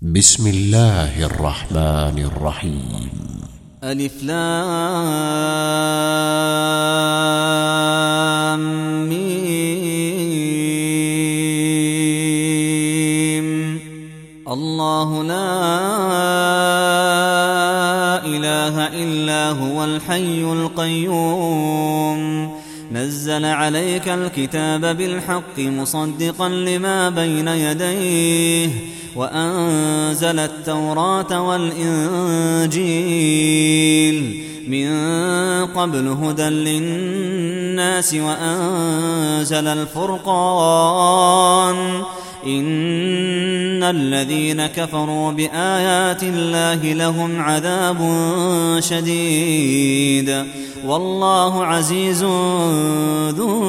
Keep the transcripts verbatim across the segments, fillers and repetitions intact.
بسم الله الرحمن الرحيم. ألف لام ميم. الله لا إله إلا هو الحي القيوم نزل عليك الكتاب بالحق مصدقا لما بين يديه وأنزل التوراة والإنجيل من قبل هدى للناس وأنزل الفرقان إن الذين كفروا بآيات الله لهم عذاب شديد والله عزيز ذو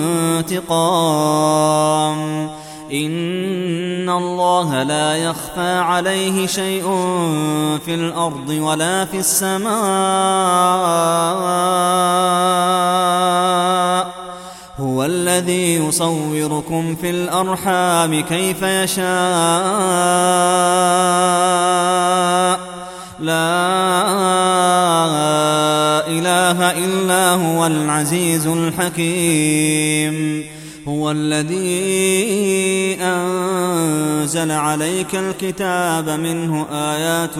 انتقام. إن الله لا يخفى عليه شيء في الأرض ولا في السماء هو الذي يصوركم في الأرحام كيف يشاء لا إله إلا هو العزيز الحكيم. هو الذي أنزل عليك الكتاب منه آيات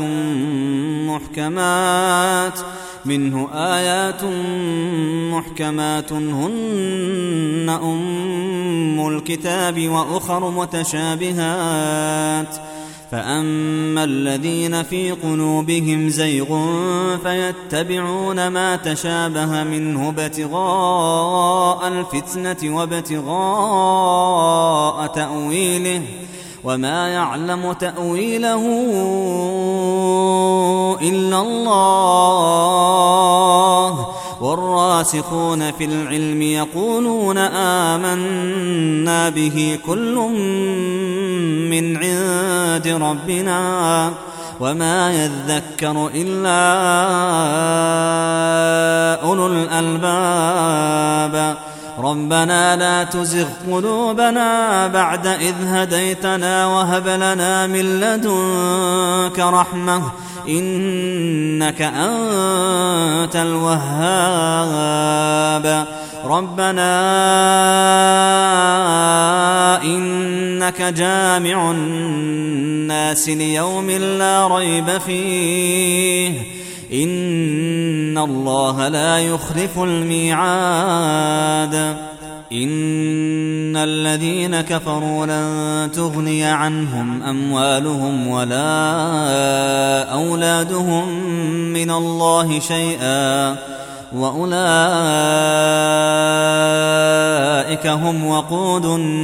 محكمات منه آيات محكمات هن أم الكتاب وأخر متشابهات فأما الذين في قلوبهم زيغ فيتبعون ما تشابه منه ابتغاء الفتنة وابتغاء تأويله وما يعلم تأويله إلا الله والراسخون في العلم يقولون آمنا به كل من عند ربنا وما يذكر إلا أولو الألباب. ربنا لا تزغ قلوبنا بعد إذ هديتنا وهب لنا من لدنك رحمة إنك أنت الوهاب. ربنا إنك جامع الناس ليوم لا ريب فيه إن الله لا يخلف الميعاد. إن الذين كفروا لن تغني عنهم أموالهم ولا أولادهم من الله شيئا وأولئك هم وقود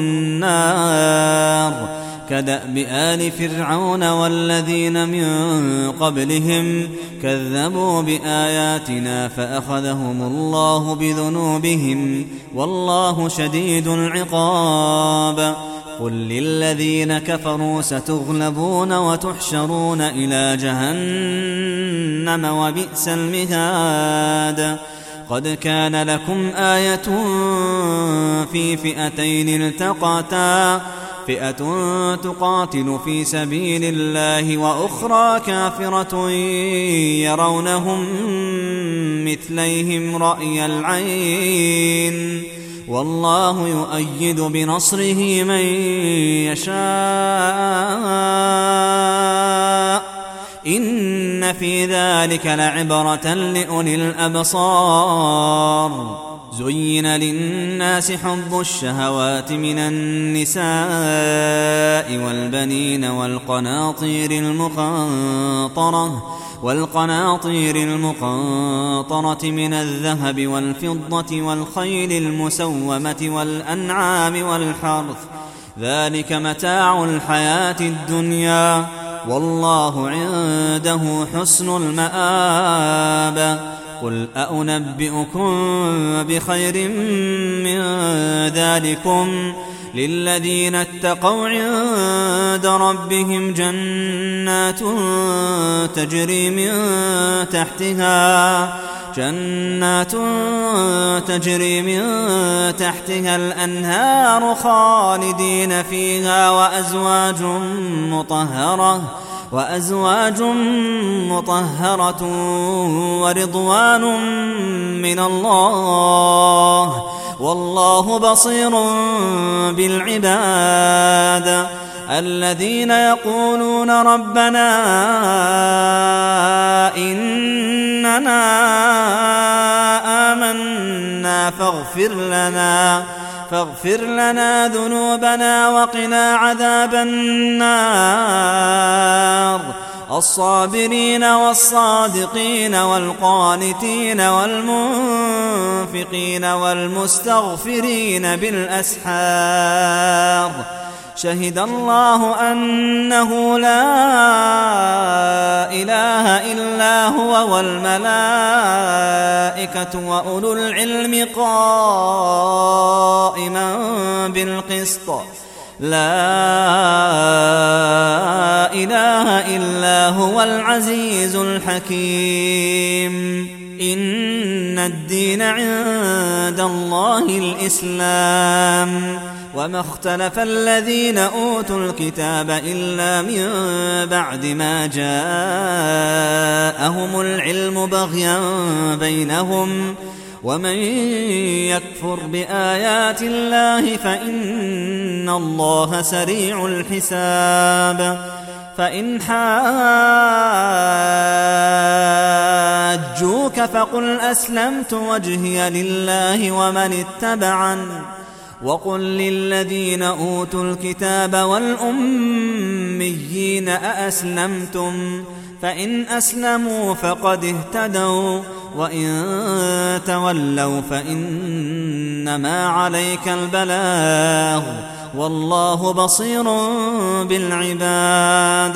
النار كدأب آل فرعون والذين من قبلهم كذبوا بآياتنا فأخذهم الله بذنوبهم والله شديد العقاب. قل للذين كفروا ستغلبون وتحشرون إلى جهنم وبئس المهاد. قد كان لكم آية في فئتين التقتا فئة تقاتل في سبيل الله وأخرى كافرة يرونهم مثليهم رأي العين والله يؤيد بنصره من يشاء إن في ذلك لعبرة لأولي الأبصار. زين للناس حب الشهوات من النساء والبنين والقناطير المقنطرة والقناطير المقنطرة من الذهب والفضة والخيل المسومة والأنعام والحرث ذلك متاع الحياة الدنيا والله عنده حسن المآب. قل أأنبئكم بخير من ذلكم للذين اتقوا عند ربهم جنات تجري من تحتها جنات تجري من تحتها الأنهار خالدين فيها وأزواج مطهرة وأزواج مطهرة ورضوان من الله والله بصير بالعباد الذين يقولون ربنا إننا آمنا فاغفر لنا فاغفر لنا ذنوبنا وقنا عذاب النار الصابرين والصادقين والقانتين والمنفقين والمستغفرين بالأسحار شهد الله أنه لا إله إلا هو والملائكة وأولو العلم قائما بالقسط لا إله إلا هو العزيز الحكيم إن الدين عند الله الإسلام وما اختلف الذين أوتوا الكتاب إلا من بعد ما جاءهم العلم بغيا بينهم ومن يكفر بآيات الله فإن الله سريع الحساب فإن حاجوك فقل أسلمت وجهي لله ومن اتبعن وقل للذين أوتوا الكتاب والأميين أأسلمتم فإن أسلموا فقد اهتدوا وإن تولوا فإنما عليك البلاغ والله بصير بالعباد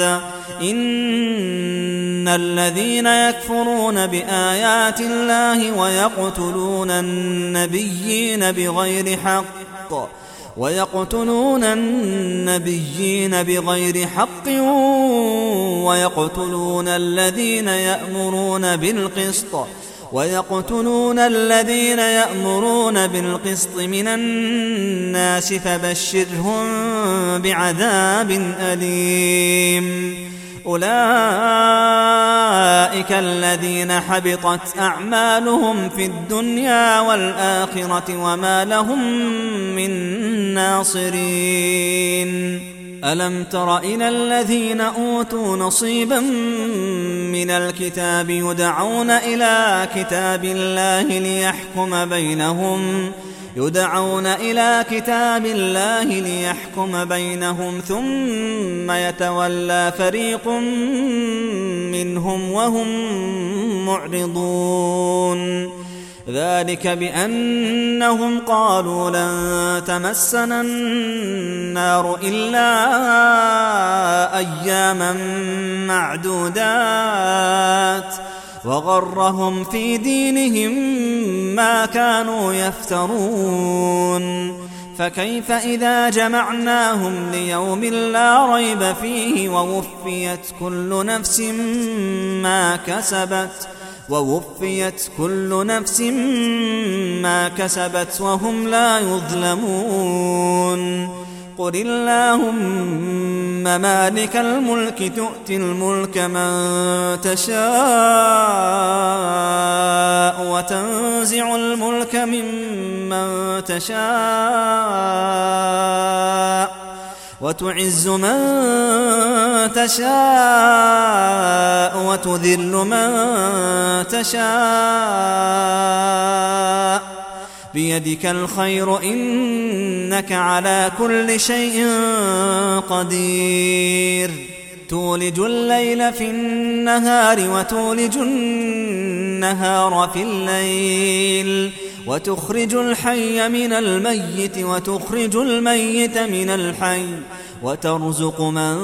إن الذين يكفرون بآيات الله ويقتلون النبيين بغير حق ويقتلون النبيين بغير حق ويقتلون الذين يأمرون بالقسط ويقتلون الذين يأمرون بالقسط من الناس فبشرهم بعذاب أليم أولئك الذين حبطت أعمالهم في الدنيا والآخرة وما لهم من ناصرين ألم تر إلى الذين أوتوا نصيبا من الكتاب يدعون إلى كتاب الله ليحكم بينهم يدعون إلى كتاب الله ليحكم بينهم ثم يتولى فريق منهم وهم معرضون ذلك بأنهم قالوا لن تمسنا النار إلا أياما معدودات وغرهم في دينهم ما كانوا يفترون فكيف إذا جمعناهم ليوم لا ريب فيه ووفيت كل نفس ما كسبت ووفيت كل نفس ما كسبت وهم لا يظلمون قل اللهم مالك الملك تؤتي الملك من تشاء وتنزع الملك ممن تشاء وتعز من تشاء وتذل من تشاء بيدك الخير إنك على كل شيء قدير تولج الليل في النهار وتولج النهار في الليل وتخرج الحي من الميت وتخرج الميت من الحي وترزق من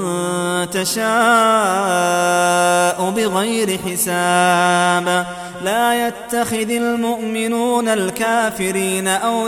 تشاء بغير حساب. لا يتخذ المؤمنون الكافرين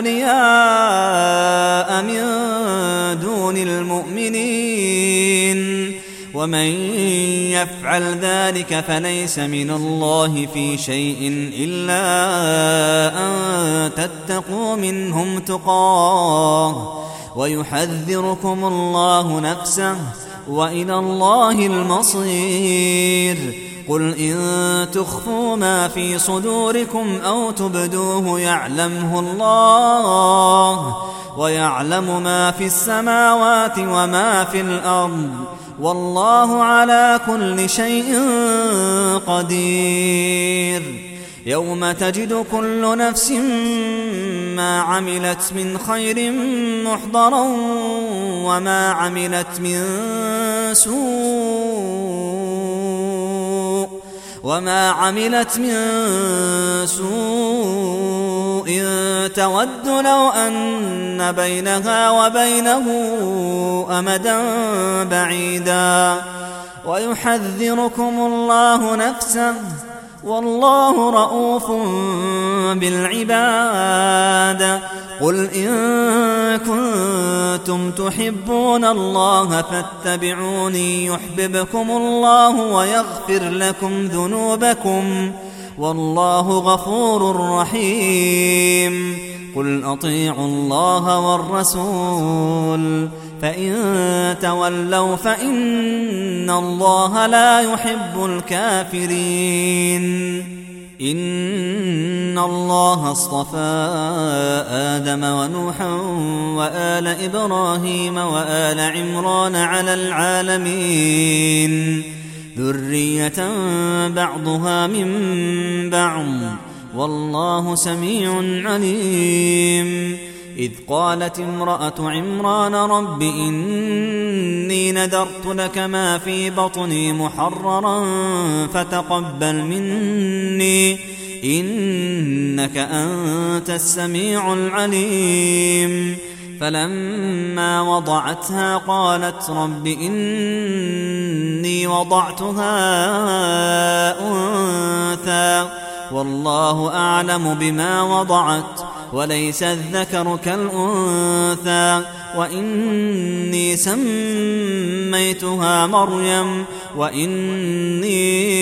أولياء من دون المؤمنين، ومن يفعل ذلك فليس من الله في شيء إلا أن تتقوا منهم تقاه، ويحذركم الله نفسه، وإلى الله المصير. قل إن تخفوا ما في صدوركم أو تبدوه يعلمه الله، ويعلم ما في السماوات وما في الأرض، والله على كل شيء قدير. يوم تجد كل نفس ما عملت من خير محضرا وما عملت من سوء وما عملت من سوء تود لو أن بينها وبينه أمدا بعيدا، ويحذركم الله نفسه، والله رؤوف بالعباد. قل إن كنتم تحبون الله فاتبعوني يحببكم الله ويغفر لكم ذنوبكم، والله غفور رحيم. قل أطيعوا الله والرسول فإن تولوا فإن الله لا يحب الكافرين. إن الله اصطفى آدم ونوحا وآل إبراهيم وآل عمران على العالمين ذرية بعضها من بعض، والله سميع عليم. إذ قالت امرأة عمران رب إني نذرت لك ما في بطني محررا فتقبل مني إنك أنت السميع العليم. فلما وضعتها قالت رب إني وضعتها أنثى والله أعلم بما وضعت وليس الذكر كالأنثى وإني سميتها مريم وإني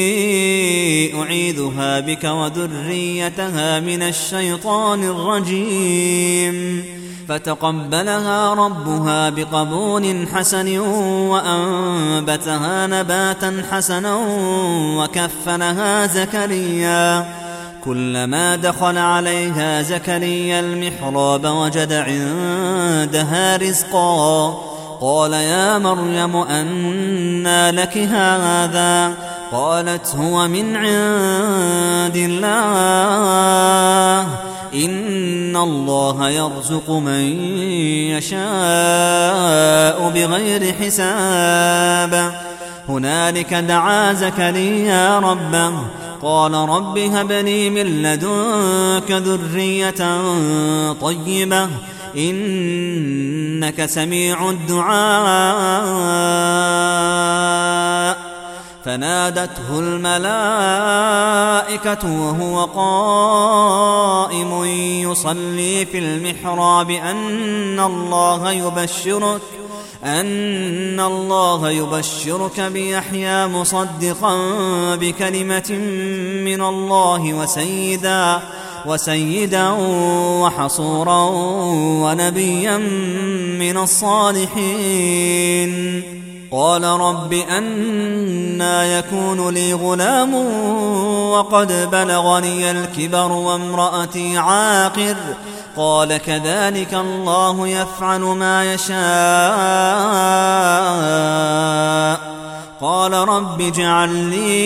أعيذها بك وذريتها من الشيطان الرجيم. فتقبلها ربها بقبول حسن وأنبتها نباتا حسنا وكفلها زكريا. كلما دخل عليها زكريا المحراب وجد عندها رزقا قال يا مريم أنى لك هذا؟ قالت هو من عند الله إن الله يرزق من يشاء بغير حساب. هنالك دعا زكريا ربه قال رب هب لي من لدنك ذرية طيبة إنك سميع الدعاء. فنادته الملائكة وهو قائم يصلي في المحراب أن الله يبشرك أن الله يبشرك بيحيى مصدقا بكلمة من الله وسيدا وسيدا وحصورا ونبيا من الصالحين. قال رب أنى يكون لي غلام وقد بلغني الكبر وامرأتي عاقر؟ قال كذلك الله يفعل ما يشاء. قال رب اجعل لي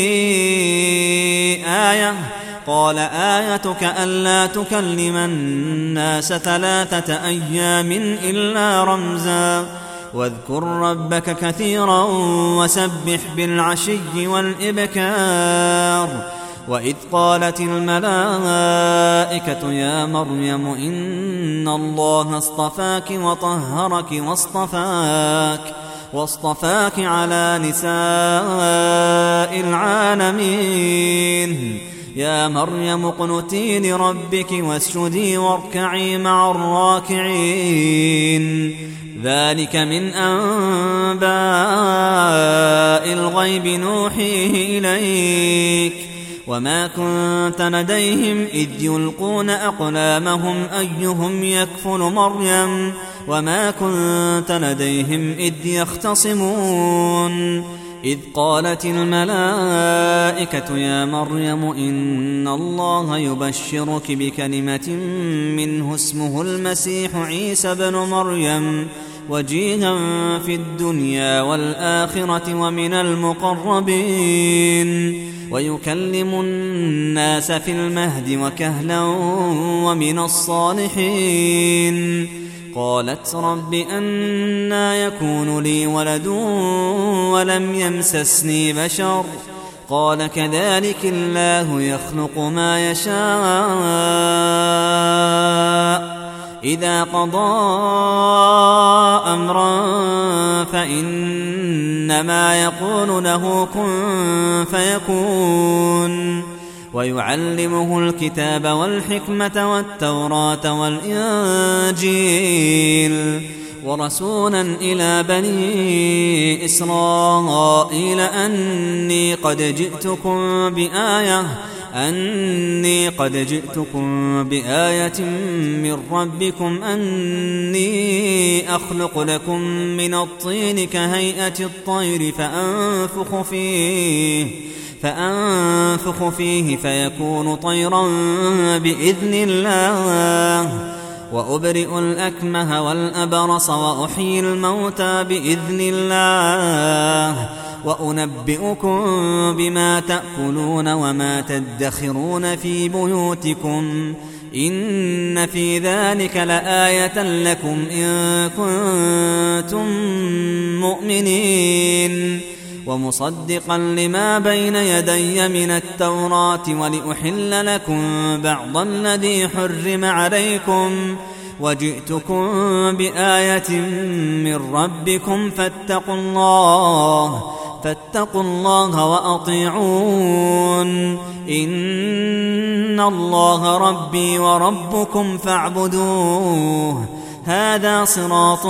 آية. قال آيتك ألا تكلم الناس ثلاثة أيام إلا رمزا واذكر ربك كثيرا وسبح بالعشي والإبكار وإذ قالت الملائكة يا مريم إن الله اصطفاك وطهرك واصطفاك واصطفاك على نساء العالمين يا مريم اقنتي لربك واسجدي واركعي مع الراكعين ذلك من أنباء الغيب نوحيه إليك وما كنت لديهم إذ يلقون أقلامهم أيهم يكفل مريم وما كنت لديهم إذ يختصمون إذ قالت الملائكة يا مريم إن الله يبشرك بكلمة منه اسمه المسيح عيسى بن مريم وجيها في الدنيا والآخرة ومن المقربين ويكلم الناس في المهد وكهلا ومن الصالحين قالت رب أنى يكون لي ولد ولم يمسسني بشر قال كذلك الله يخلق ما يشاء إذا قضى أمرا فإنما يقول له كن فيكون ويعلمه الكتاب والحكمة والتوراة والإنجيل ورسولا إلى بني إسرائيل أني قد جئتكم بآية أني قد جئتكم بآية من ربكم أني أخلق لكم من الطين كهيئة الطير فأنفخ فيه فأنفخ فيه فيكون طيرا بإذن الله وأبرئ الأكمه والأبرص وأحيي الموتى بإذن الله وأنبئكم بما تأكلون وما تدخرون في بيوتكم إن في ذلك لآية لكم إن كنتم مؤمنين ومصدقا لما بين يدي من التوراة ولأحل لكم بعض الذي حرم عليكم وجئتكم بآية من ربكم فاتقوا الله فاتقوا الله وأطيعون إن الله ربي وربكم فاعبدوه هذا صراط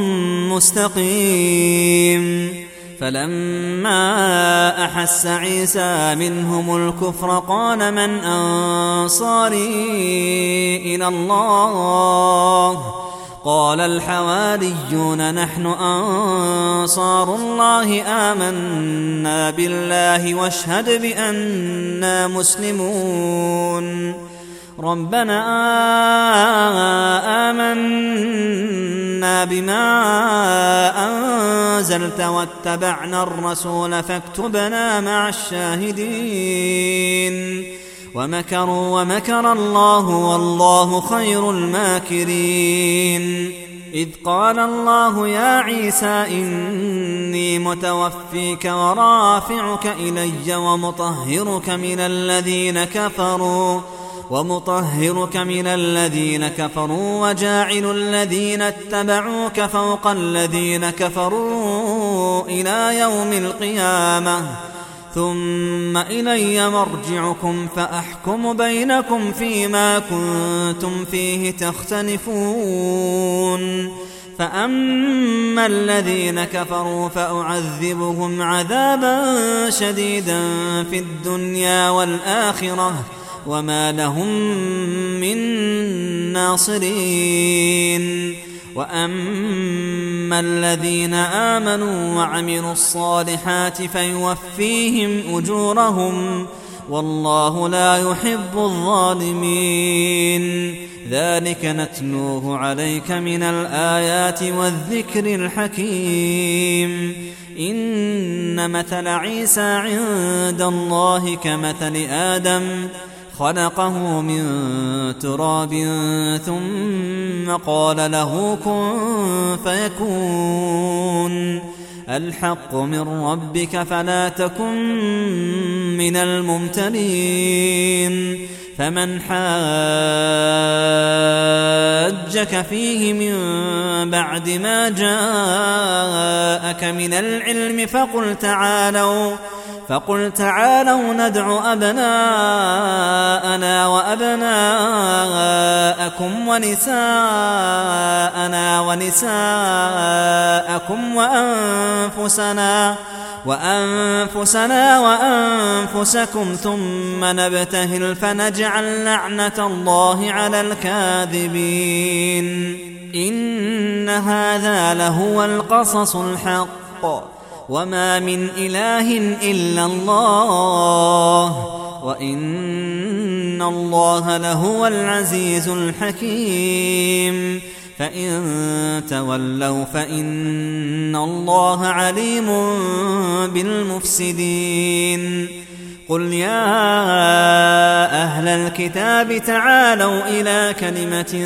مستقيم فلما أحس عيسى منهم الكفر قال من أنصاري إلى الله قال الحواريون نحن أنصار الله آمنا بالله واشهد بأننا مسلمون ربنا آمنا بما أنزلت واتبعنا الرسول فاكتبنا مع الشاهدين ومكروا ومكر الله والله خير الماكرين إذ قال الله يا عيسى إني متوفيك ورافعك إلي ومطهرك من الذين كفروا ومطهرك من الذين كفروا وجاعل الذين اتبعوك فوق الذين كفروا إلى يوم القيامة ثم إلي مرجعكم فأحكم بينكم فيما كنتم فيه تختلفون فأما الذين كفروا فأعذبهم عذابا شديدا في الدنيا والآخرة وما لهم من ناصرين وأما الذين آمنوا وعملوا الصالحات فيوفيهم أجورهم والله لا يحب الظالمين ذلك نتلوه عليك من الآيات والذكر الحكيم إن مثل عيسى عند الله كمثل آدم خلقه من تراب ثم قال له كن فيكون الحق من ربك فلا تكن من الممترين فمن حاجك فيه من بعد ما جاءك من العلم فقل تعالوا فقل تعالوا ندع أبناءنا وأبناءكم ونساءنا ونساءكم وأنفسنا وأنفسنا وأنفسكم ثم نبتهل فنجعل لعنة الله على الكاذبين إن هذا لهو القصص الحق وما من إله إلا الله وإن الله لهو العزيز الحكيم فإن تولوا فإن الله عليم بالمفسدين قل يا أهل الكتاب تعالوا إلى كلمة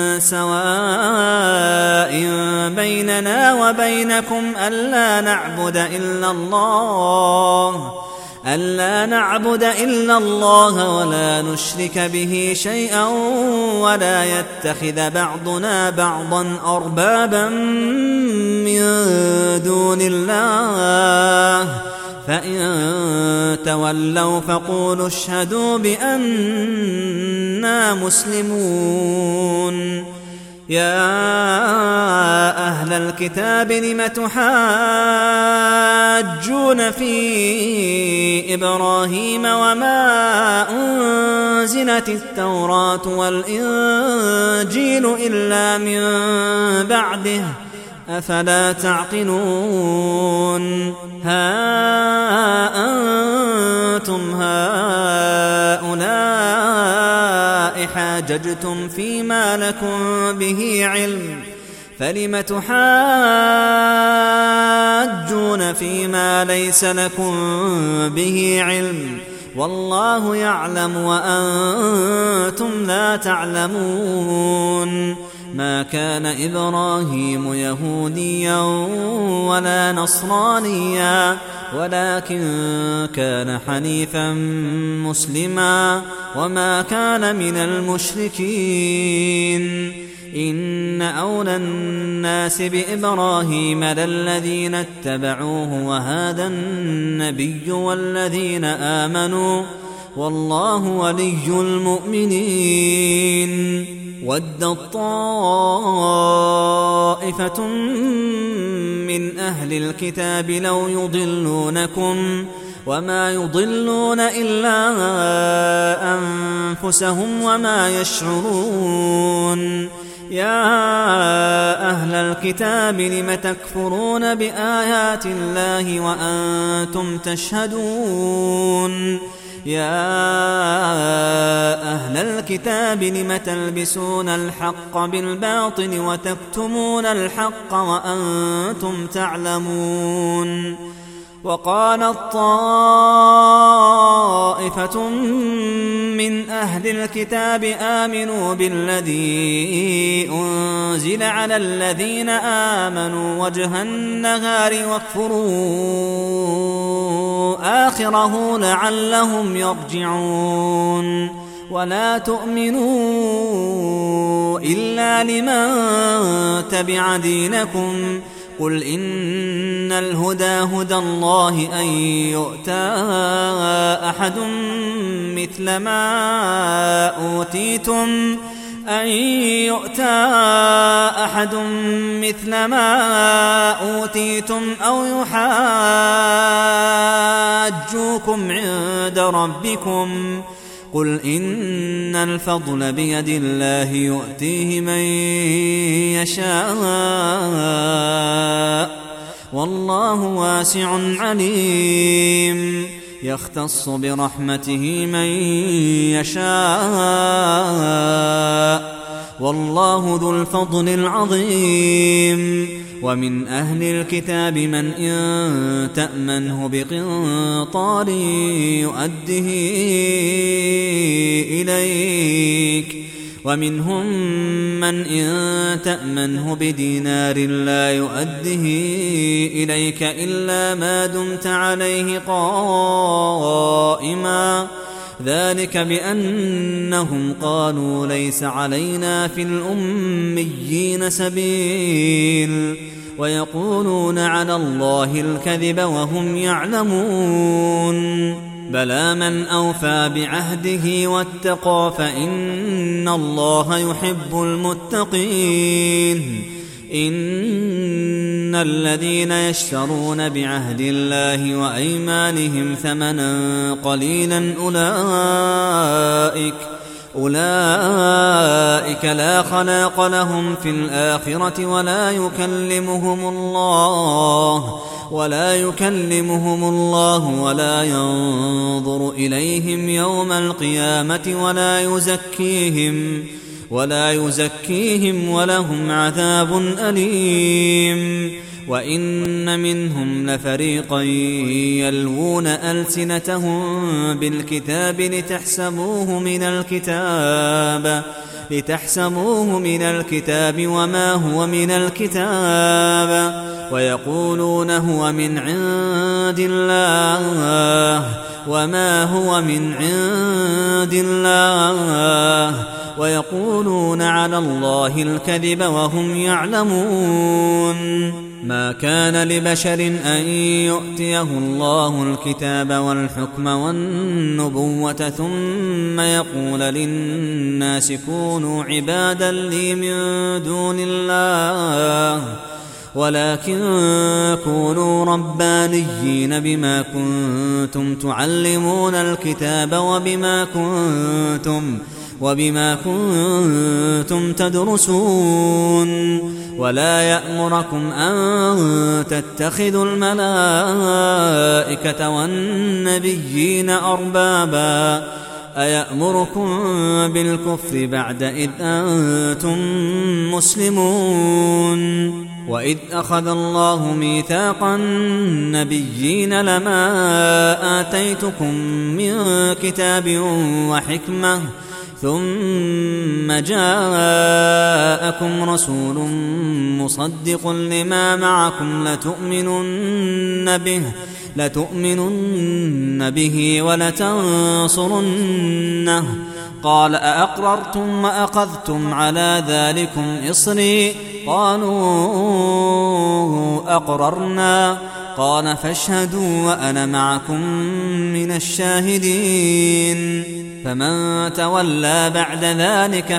سواء بيننا وبينكم ألا نعبد إلا الله ألا نعبد إلا الله ولا نشرك به شيئا ولا يتخذ بعضنا بعضا أربابا من دون الله فإن تولوا فقولوا اشهدوا بأننا مسلمون يا أهل الكتاب لم تحاجون في إبراهيم وما أنزلت التوراة والإنجيل إلا من بعده أفلا تعقلون ها أنتم هؤلاء حاججتم فيما لكم به علم فلم تحاجون فيما ليس لكم به علم والله يعلم وأنتم لا تعلمون ما كان إبراهيم يهوديا ولا نصرانيا ولكن كان حنيفا مسلما وما كان من المشركين إن أولى الناس بإبراهيم للذين اتبعوه وهذا النبي والذين آمنوا والله ولي المؤمنين ودت طائفة من أهل الكتاب لو يضلونكم وما يضلون إلا أنفسهم وما يشعرون يا أهل الكتاب لم تكفرون بآيات الله وأنتم تشهدون يا أهل الكتاب لم تلبسون الحق بالباطل وتكتمون الحق وأنتم تعلمون وقالت طائفة من أهل الكتاب آمنوا بالذي أنزل على الذين آمنوا وجه النهار واكفروا آخره لعلهم يرجعون ولا تؤمنوا إلا لمن تبع دينكم قل إن الهدى هدى الله أن يؤتى أحد مثل ما أوتيتم أن يؤتى أحد مثل ما أوتيتم أو يحاجوكم عند ربكم قل إن الفضل بيد الله يؤتيه من يشاء والله واسع عليم يختص برحمته من يشاء والله ذو الفضل العظيم ومن أهل الكتاب من إن تأمنه بقنطار يؤده إليك ومنهم من إن تأمنه بدينار لا يؤده إليك إلا ما دمت عليه قائما ذلك بأنهم قالوا ليس علينا في الأميين سبيل ويقولون على الله الكذب وهم يعلمون بلى من أوفى بعهده واتقى فإن الله يحب المتقين إن الذين يشترون بعهد الله وأيمانهم ثمنا قليلا أولئك أولئك لا خلاق لهم في الآخرة ولا يكلمهم الله ولا يكلمهم الله ولا ينظر إليهم يوم القيامة ولا يزكيهم ولا يزكيهم ولهم عذاب أليم وإن منهم لفريقا يلوون ألسنتهم بالكتاب لتحسبوه من الكتاب لتحسبوه من الكتاب وما هو من الكتاب ويقولون هو من عند الله وما هو من عند الله ويقولون على الله الكذب وهم يعلمون ما كان لبشر أن يؤتيه الله الكتاب والحكم والنبوة ثم يقول للناس كونوا عبادا لي من دون الله ولكن كونوا ربانيين بما كنتم تعلمون الكتاب وبما كنتم وبما كنتم تدرسون ولا يأمركم أن تتخذوا الملائكة والنبيين أربابا أيأمركم بالكفر بعد إذ أنتم مسلمون وإذ أخذ الله ميثاق النبيين لما آتيتكم من كتاب وحكمة ثم جاءكم رسول مصدق لما معكم لتؤمنن به لتؤمنن به ولتنصرنه قال أأقررتم وأخذتم على ذلكم إصري قالوا أقررنا قال فاشهدوا وأنا معكم من الشاهدين فمن تولى بعد ذلك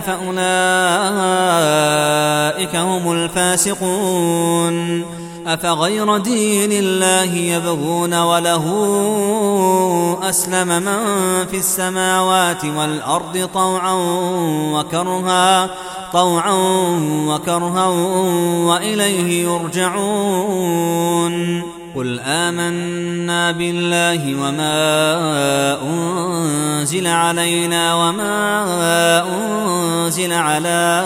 فأولئك هم الفاسقون أفغير دين الله يبغون وله أسلم من في السماوات والأرض طوعا وكرها طوعا وكرها وإليه يرجعون قل آمنا بالله وما أنزل علينا وما أنزل على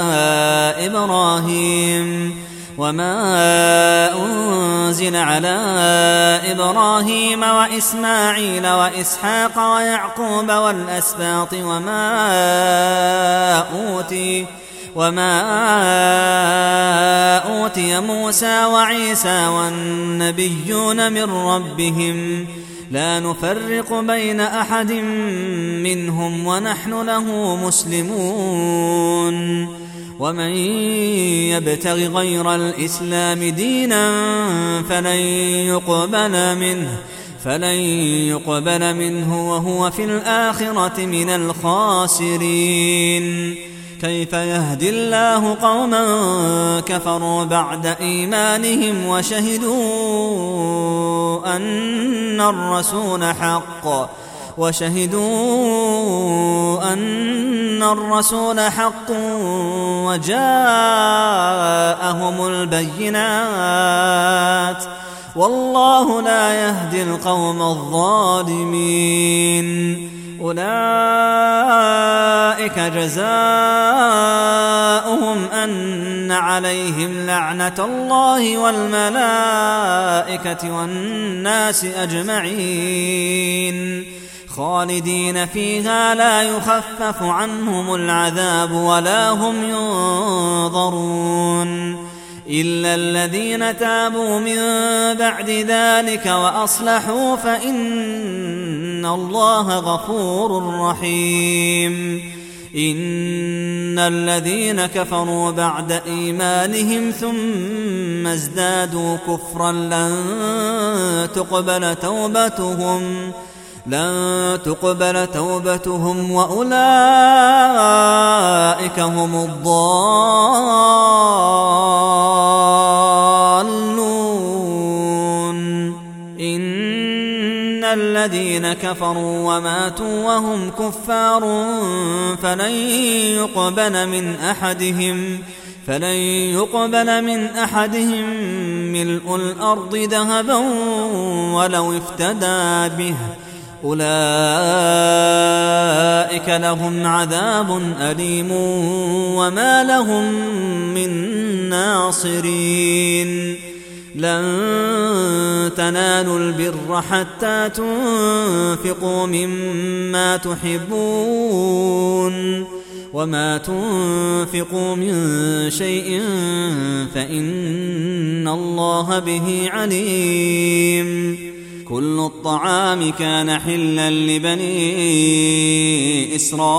إبراهيم وما أنزل على إبراهيم وإسماعيل وإسحاق ويعقوب والأسباط وما أوتي وما أوتي موسى وعيسى والنبيون من ربهم لا نفرق بين أحد منهم ونحن له مسلمون ومن يبتغ غير الإسلام دينا فلن يقبل منه فلن يقبل منه وهو في الآخرة من الخاسرين كيف يهدي الله قوما كفروا بعد إيمانهم وشهدوا أن الرسول حق وشهدوا أن الرسول حق وجاءهم البينات والله لا يهدي القوم الظالمين أولئك جزاؤهم أن عليهم لعنة الله والملائكة والناس أجمعين خالدين فيها لا يخفف عنهم العذاب ولا هم ينظرون إلا الذين تابوا من بعد ذلك وأصلحوا فإن الله غفور رحيم إن الذين كفروا بعد إيمانهم ثم ازدادوا كفرا لن تقبل توبتهم لن تقبل توبتهم وأولئك هم الضالون إن الذين كفروا وماتوا وهم كفار فلن يقبل من أحدهم فلن يقبل من أحدهم ملء الأرض ذهبا ولو افتدى به أولئك لهم عذاب أليم وما لهم من ناصرين لن تنالوا البر حتى تنفقوا مما تحبون وما تنفقوا من شيء فإن الله به عليم كل الطعام كان حلا لبني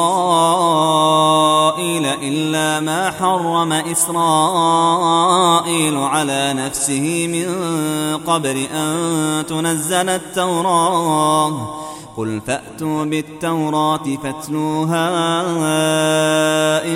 إسرائيل إلا ما حرم إسرائيل على نفسه من قبل أن تنزل التوراة قل فأتوا بالتوراة فاتلوها إن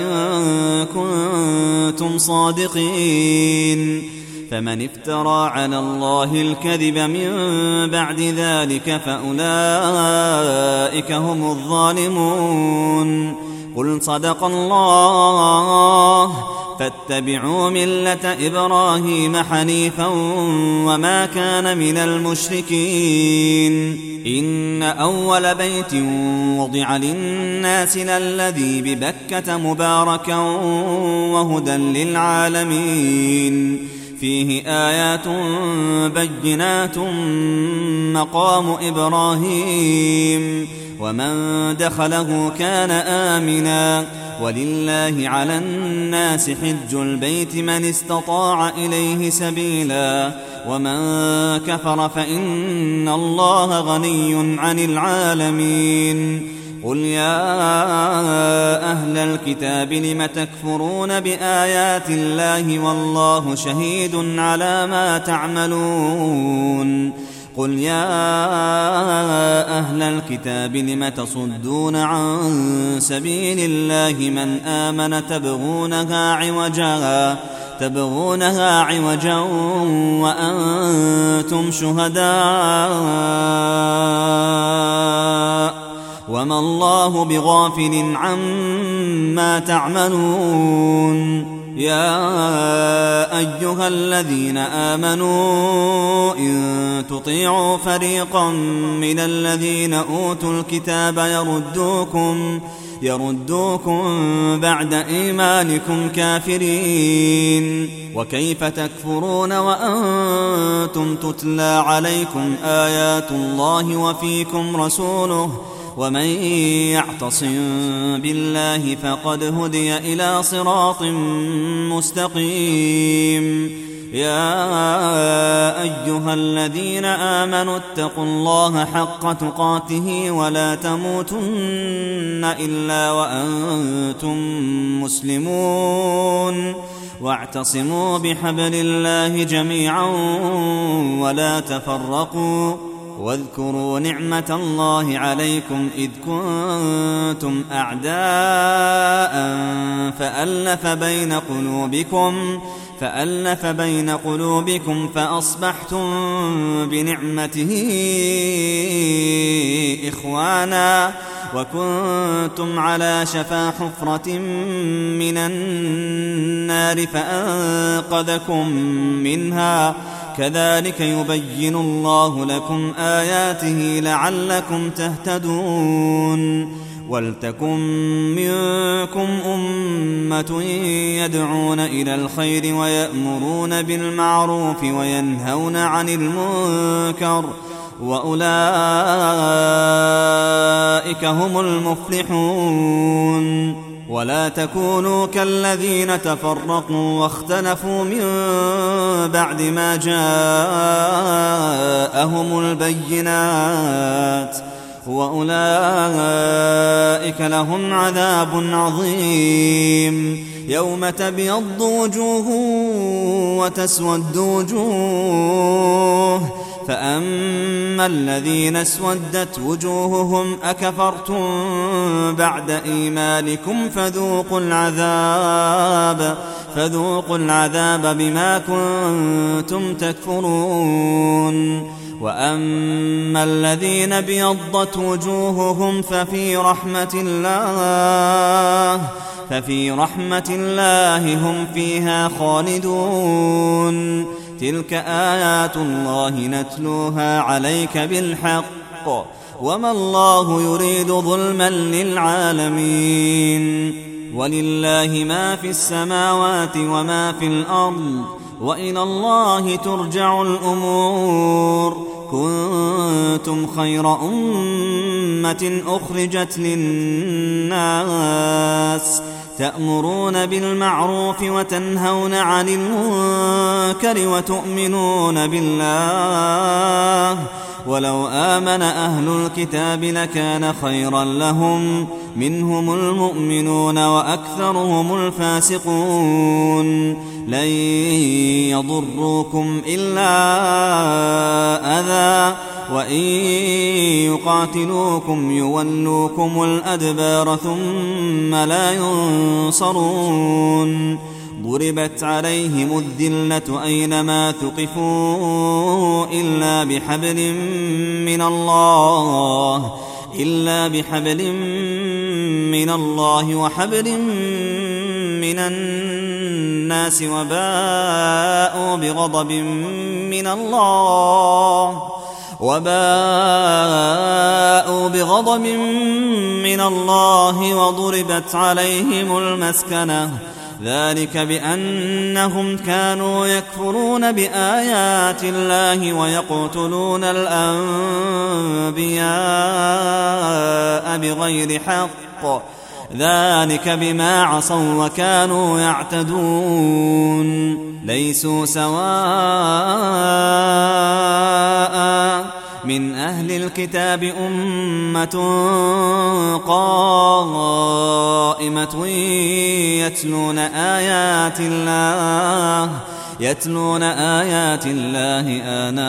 كنتم صادقين فمن افترى على الله الكذب من بعد ذلك فأولئك هم الظالمون قل صدق الله فاتبعوا ملة إبراهيم حنيفا وما كان من المشركين إن أول بيت وضع للناس للذي ببكة مباركا وهدى للعالمين فيه آيات بينات مقام إبراهيم ومن دخله كان آمنا ولله على الناس حج البيت من استطاع إليه سبيلا ومن كفر فإن الله غني عن العالمين قل يا أهل الكتاب لم تكفرون بآيات الله والله شهيد على ما تعملون قل يا أهل الكتاب لم تصدون عن سبيل الله من آمن تبغونها عوجا تبغونها عوجا وأنتم شهداء وما الله بغافل عما تعملون يا أيها الذين آمنوا إن تطيعوا فريقا من الذين أوتوا الكتاب يردوكم يردوكم بعد إيمانكم كافرين وكيف تكفرون وأنتم تتلى عليكم آيات الله وفيكم رسوله ومن يعتصم بالله فقد هدي إلى صراط مستقيم يا أيها الذين آمنوا اتقوا الله حق تقاته ولا تموتن إلا وأنتم مسلمون واعتصموا بحبل الله جميعا ولا تفرقوا واذكروا نعمة الله عليكم إذ كنتم أعداء فألف بين قلوبكم فألف بين قلوبكم فأصبحتم بنعمته إخوانا وكنتم على شفا حفرة من النار فأنقذكم منها كذلك يبين الله لكم آياته لعلكم تهتدون ولتكن منكم أمة يدعون إلى الخير ويأمرون بالمعروف وينهون عن المنكر وأولئك أولئك هم المفلحون. ولا تكونوا كالذين تفرقوا واختلفوا من بعد ما جاءهم البينات وأولئك لهم عذاب عظيم. يوم تبيض وجوه وتسود وجوه، فأما الذين اسودت وجوههم أكفرتم بعد إيمانكم فذوقوا العذاب فذوقوا العذاب بما كنتم تكفرون. وأما الذين ابيضت وجوههم ففي رحمة الله ففي رحمة الله هم فيها خالدون. تلك آيات الله نتلوها عليك بالحق وما الله يريد ظلما للعالمين. ولله ما في السماوات وما في الأرض وإلى الله ترجع الأمور. كنتم خير أمة أخرجت للناس تأمرون بالمعروف وتنهون عن المنكر وتؤمنون بالله. ولو آمن أهل الكتاب لكان خيرا لهم، منهم المؤمنون وأكثرهم الفاسقون. لن يضروكم إلا أذى وإن يقاتلوكم يولوكم الأدبار ثم لا ينصرون. ضربت عليهم الذلة أينما ثقفوا إلا بحبل من الله إلا بحبل من الله وحبل من الناس وباءوا بغضب من الله وباءوا بغضب من الله وضربت عليهم المسكنة. ذلك بأنهم كانوا يكفرون بآيات الله ويقتلون الأنبياء بغير حق. ذلك بما عصوا وكانوا يعتدون. ليسوا سواء من أهل الكتاب أمة قائمة يتلون آيات الله يتلون آيات الله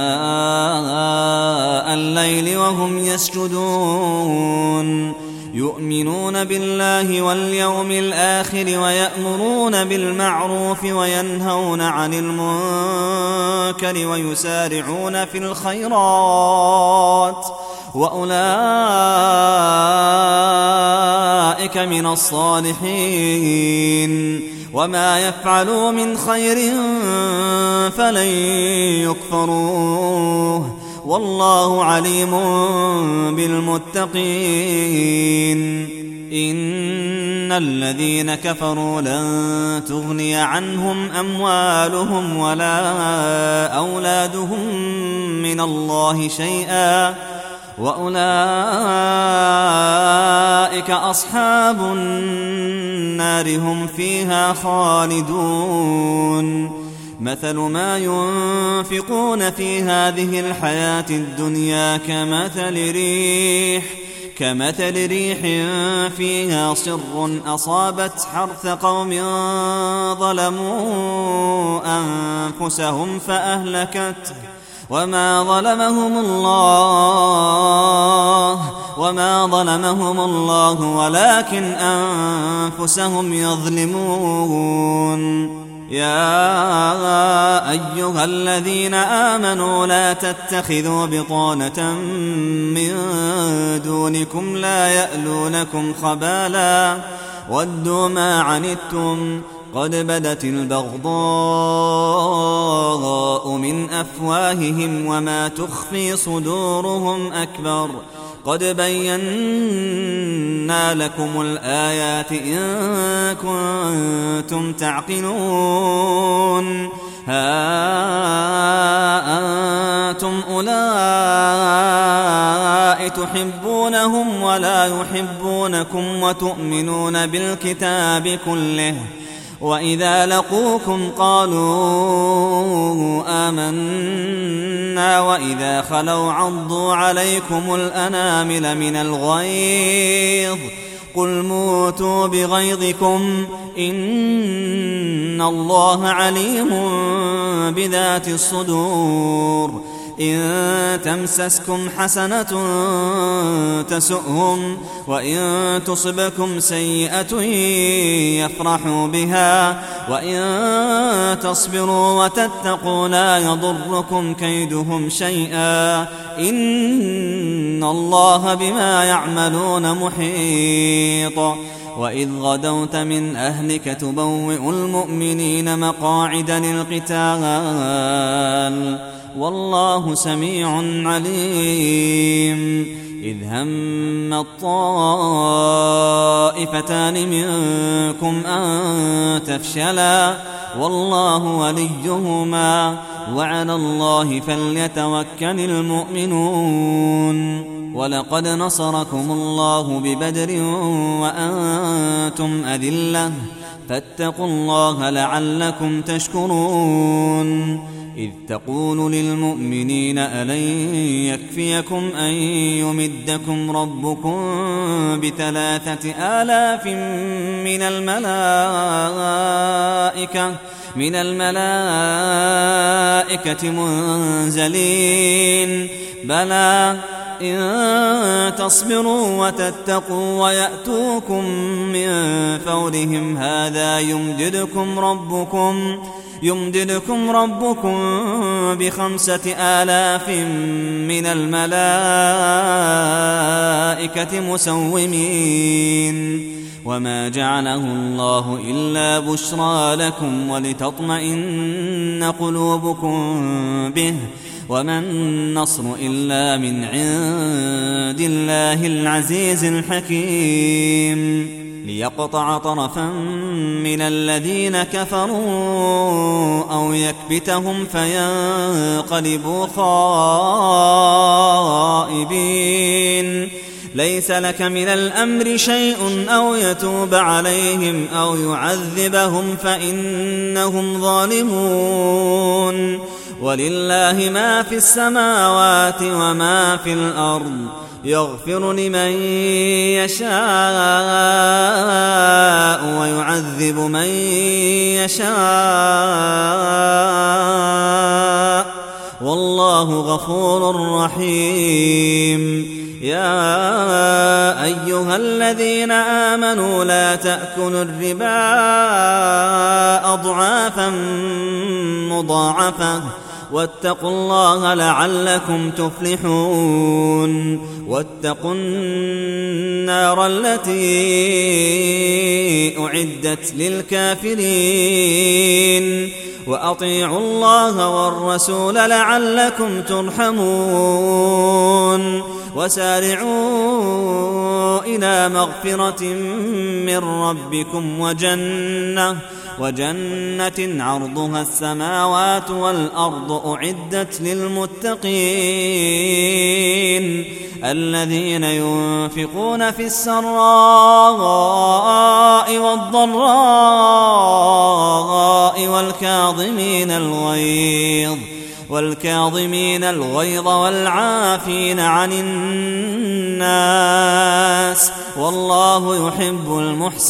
آناء الليل وهم يسجدون. يؤمنون بالله واليوم الآخر ويأمرون بالمعروف وينهون عن المنكر ويسارعون في الخيرات وأولئك من الصالحين. وما يفعلوا من خير فلن يكفروه والله عليم بالمتقين. إن الذين كفروا لن تغني عنهم أموالهم ولا أولادهم من الله شيئا وأولئك أصحاب النار هم فيها خالدون. مثل ما ينفقون في هذه الحياة الدنيا كمثل ريح كمثل ريح فيها صر أصابت حرث قوم ظلموا أنفسهم فأهلكته وما ظلمهم الله وما ظلمهم الله ولكن أنفسهم يظلمون. يا أيها الذين آمنوا لا تتخذوا بطانة من دونكم لا يألونكم خبالا ودوا ما عنتم قد بدت البغضاء من أفواههم وما تخفي صدورهم أكبر قد بينا لكم الآيات إن كنتم تعقلون. ها أنتم أولئك تحبونهم ولا يحبونكم وتؤمنون بالكتاب كله وإذا لقوكم قالوا آمنا وإذا خلوا عضوا عليكم الأنامل من الغيظ قل موتوا بغيظكم إن الله عليم بذات الصدور إن تمسسكم حسنة تسؤهم وإن تصبكم سيئة يفرحوا بها وإن تصبروا وتتقوا لا يضركم كيدهم شيئا إن الله بما يعملون محيط وإذ غدوت من أهلك تبوئ المؤمنين مقاعد للقتال والله سميع عليم إذ هم الطائفتان منكم أن تفشلا والله وليهما وعلى الله فليتوكل المؤمنون ولقد نصركم الله ببدر وأنتم أذلة فاتقوا الله لعلكم تشكرون إذ تقول للمؤمنين ألن يكفيكم أن يمدكم ربكم بثلاثة آلاف من الملائكة من الملائكة منزلين بلى إن تصبروا وتتقوا ويأتوكم من فورهم هذا يمددكم ربكم يمددكم ربكم بخمسة آلاف من الملائكة مسومين وما جعله الله إلا بشرى لكم ولتطمئن قلوبكم به وما النصر إلا من عند الله العزيز الحكيم ليقطع طرفا من الذين كفروا أو يكبتهم فينقلبوا خائبين ليس لك من الأمر شيء أو يتوب عليهم أو يعذبهم فإنهم ظالمون ولله ما في السماوات وما في الأرض يغفر لمن يشاء ويعذب من يشاء والله غفور رحيم يا أيها الذين آمنوا لا تأكلوا الربا أضعافا مضاعفة واتقوا الله لعلكم تفلحون واتقوا النار التي أعدت للكافرين وأطيعوا الله والرسول لعلكم ترحمون وسارعوا إلى مغفرة من ربكم وجنة وجنة عرضها السماوات والأرض أعدت للمتقين الذين ينفقون في السراء والضراء والكاظمين الغيظ والكاظمين الغيظ والعافين عن الناس والله يحب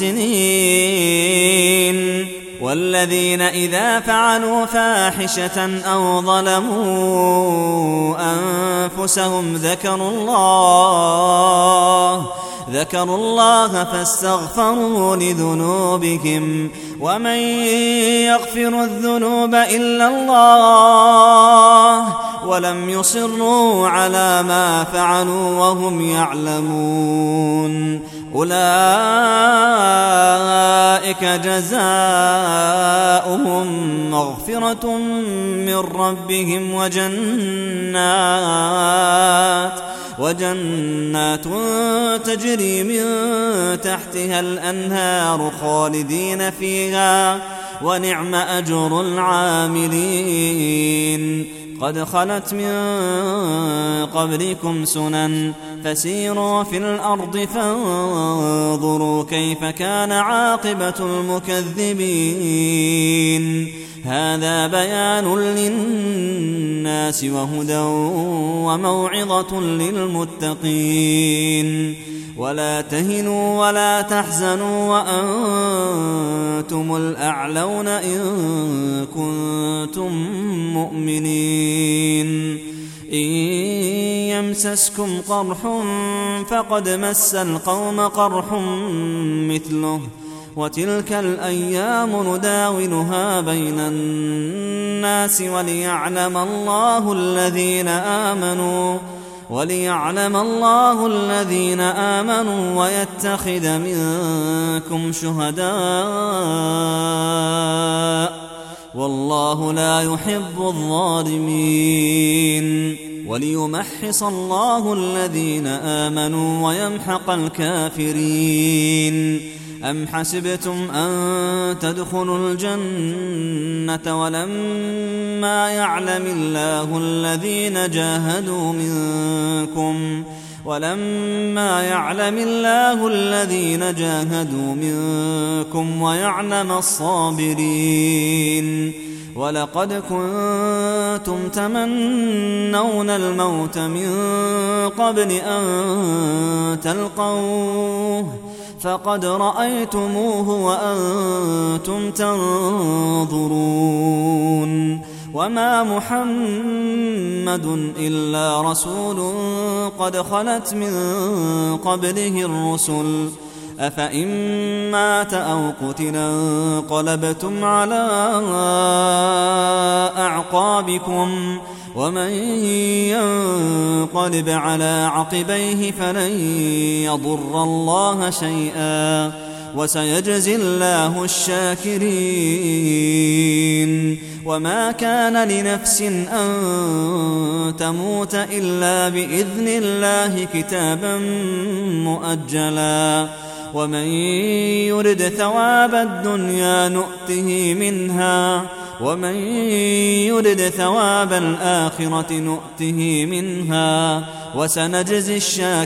المحسنين والذين إذا فعلوا فاحشة أو ظلموا أنفسهم ذكروا الله ذكروا الله فاستغفروا لذنوبهم ومن يغفر الذنوب إلا الله ولم يصروا على ما فعلوا وهم يعلمون أولئك جزاؤهم مغفرة من ربهم وجنات وجنات تجري من تحتها الأنهار خالدين فيها ونعم أجر العاملين قد خلت من قبلكم سنن فسيروا في الأرض فانظروا كيف كان عاقبة المكذبين هذا بيان للناس وهدى وموعظة للمتقين ولا تهنوا ولا تحزنوا وأنتم الأعلون إن كنتم مؤمنين إن يمسسكم قرح فقد مس القوم قرح مثله وتلك الأيام نداولها بين الناس وليعلم الله الذين آمنوا وليعلم الله الذين آمنوا ويتخذ منكم شهداء والله لا يحب الظالمين وليمحص الله الذين آمنوا ويمحق الكافرين أم حسبتم أن تدخلوا الجنة ولما يعلم الله الذين جاهدوا منكم ولما يعلم الله الذين جاهدوا منكم ويعلم الصابرين ولقد كنتم تمنون الموت من قبل أن تلقوه فقد رأيتموه وأنتم تنظرون وما محمد إلا رسول قد خلت من قبله الرسل أفإن مات أو قتل انقلبتم على أعقابكم ومن ينقلب على عقبيه فلن يضر الله شيئا وسيجزي الله الشاكرين وما كان لنفس أن تموت إلا بإذن الله كتابا مؤجلا ومن يرد ثواب الدنيا نؤته منها ومن يرد ثواب الآخرة نؤته منها وسنجزي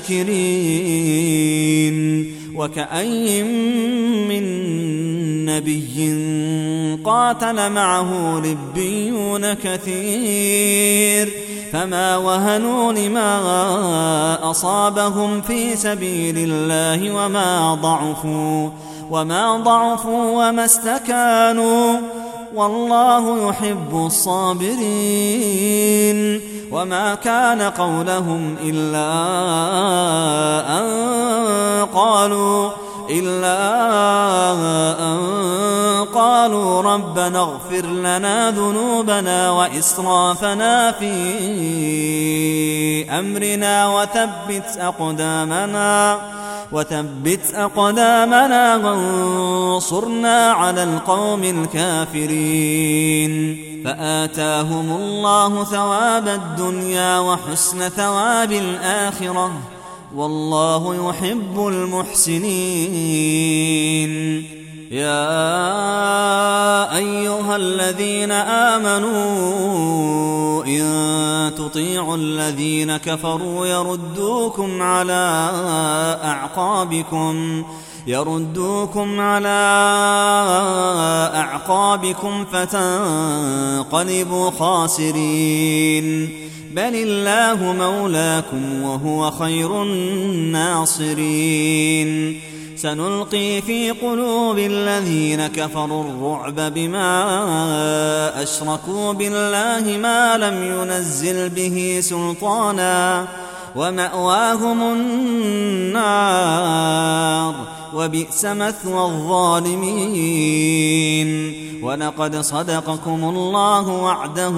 الشاكرين وكأي من نبي قاتل معه ربيون كثير فما وهنوا لما أصابهم في سبيل الله وما ضعفوا وما ضعفوا وما استكانوا والله يحب الصابرين وما كان قولهم إلا أن قالوا إلا أن قالوا ربنا اغفر لنا ذنوبنا وإسرافنا في أمرنا وثبت أقدامنا وثبت أقدامنا وانصرنا على القوم الكافرين فآتاهم الله ثواب الدنيا وحسن ثواب الآخرة والله يحب المحسنين يا أيها الذين آمنوا إن تطيعوا الذين كفروا يردوكم على أعقابكم يردوكم على أعقابكم فتنقلبوا خاسرين بل الله مولاكم وهو خير الناصرين سنلقي في قلوب الذين كفروا الرعب بما أشركوا بالله ما لم ينزل به سلطانا ومأواهم النار وبئس مثوى الظالمين ولقد صدقكم الله وعده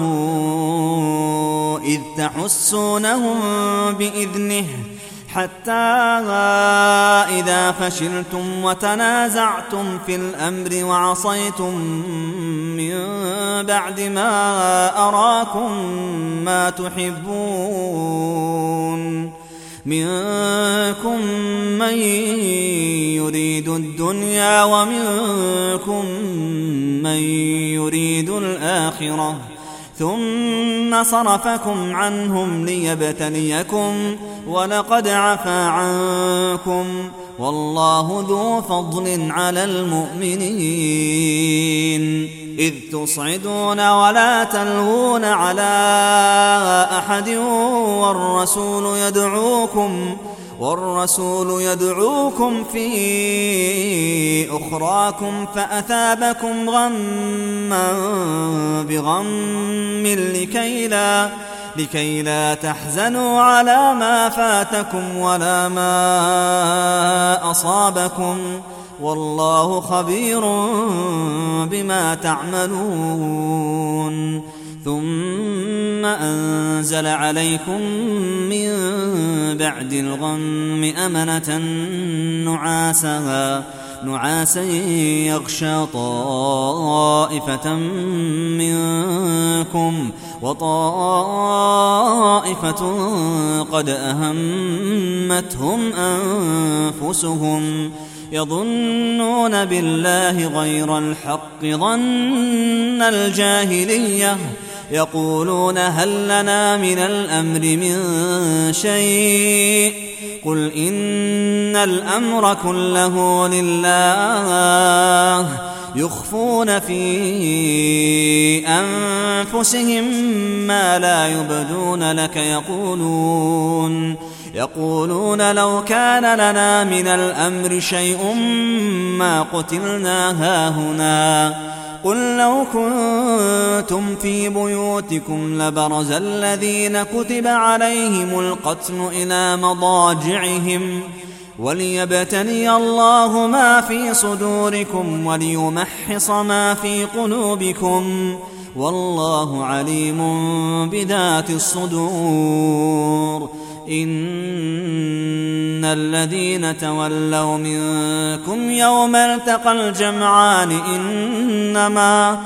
إذ تحسونهم بإذنه حتى إذا فشلتم وتنازعتم في الأمر وعصيتم من بعد ما أراكم ما تحبون منكم من يريد الدنيا ومنكم من يريد الآخرة ثم صرفكم عنهم ليبتليكم ولقد عفا عنكم والله ذو فضل على المؤمنين إذ تصعدون ولا تلوون على أحد والرسول يدعوكم والرسول يدعوكم في أخراكم فأثابكم غما بغم لكي لا, لكي لا تحزنوا على ما فاتكم ولا ما أصابكم والله خبير بما تعملون ثم أنزل عليكم من بعد الغم أمنة نعاسا نعاسا يغشى طائفة منكم وطائفة قد أهمتهم أنفسهم يظنون بالله غير الحق ظن الجاهلية يقولون هل لنا من الأمر من شيء قل إن الأمر كله لله يخفون في أنفسهم ما لا يبدون لك يقولون يقولون لو كان لنا من الأمر شيء ما قتلنا هاهنا قل لو كنتم في بيوتكم لبرز الذين كتب عليهم القتل إلى مضاجعهم وليبتلي الله ما في صدوركم وليمحص ما في قلوبكم والله عليم بذات الصدور إن الذين تولوا منكم يوم التقى الجمعان إنما,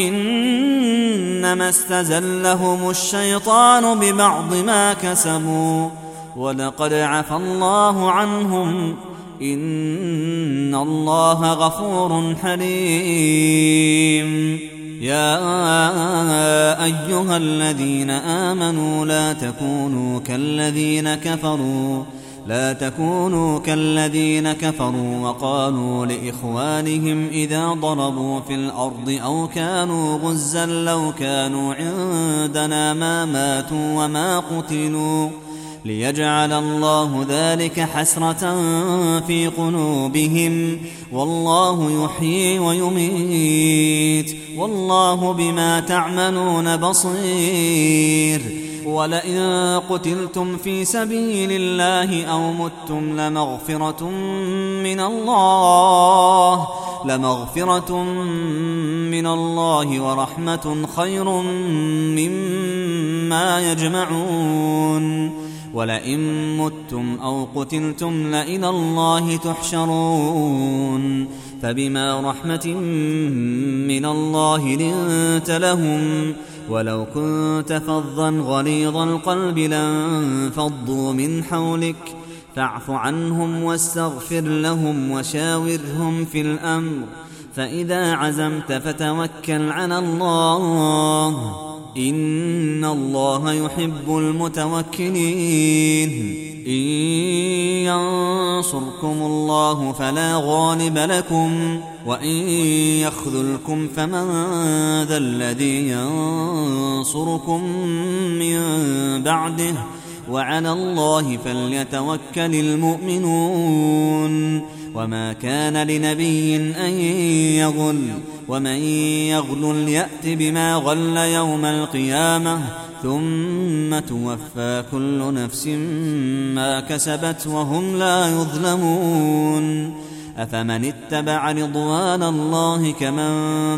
إنما استزلهم الشيطان ببعض ما كسبوا ولقد عفى الله عنهم إن الله غفور حليم يا أيها الذين آمنوا لا تكونوا كالذين كفروا لا تكونوا كالذين كفروا وقالوا لإخوانهم إذا ضربوا في الأرض أو كانوا غزا لو كانوا عندنا ما ماتوا وما قتلوا ليجعل الله ذلك حسرة في قلوبهم والله يحيي ويميت والله بما تعملون بصير ولئن قتلتم في سبيل الله أو متم لمغفرة من الله لمغفرة من الله ورحمة خير مما يجمعون ولئن متم أو قتلتم لإلى الله تحشرون فبما رحمة من الله لنت لهم ولو كنت فظا غليظ القلب لانفضوا من حولك فاعف عنهم واستغفر لهم وشاورهم في الأمر فإذا عزمت فتوكل على الله إن الله يحب المتوكلين إن ينصركم الله فلا غالب لكم وإن يخذلكم فمن ذا الذي ينصركم من بعده وعلى الله فليتوكل المؤمنون وما كان لنبي أن يغل ومن يغل يأت بما غل يوم القيامة ثم توفى كل نفس ما كسبت وهم لا يظلمون أفمن اتبع رضوان الله كمن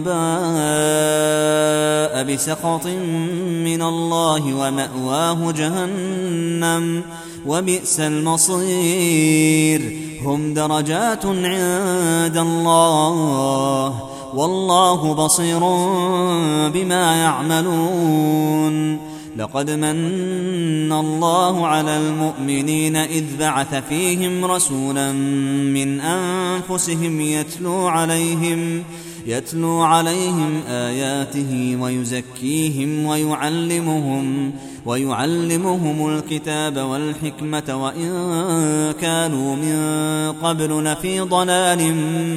باء بسخط من الله ومأواه جهنم وبئس المصير هم درجات عند الله والله بصير بما يعملون لقد من الله على المؤمنين إذ بعث فيهم رسولا من أنفسهم يتلو عليهم يتلو عليهم آياته ويزكيهم ويعلمهم ويعلمهم الكتاب والحكمة وإن كانوا من قبل لفي ضلال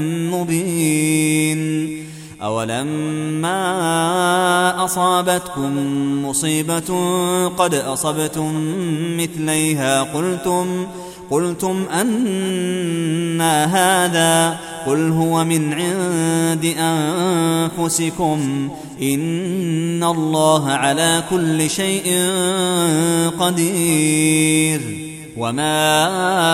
مبين. أولما أصابتكم مصيبة قد أصبتم مثليها قلتم قلتم أنى هذا قل هو من عند أنفسكم إن الله على كل شيء قدير. وما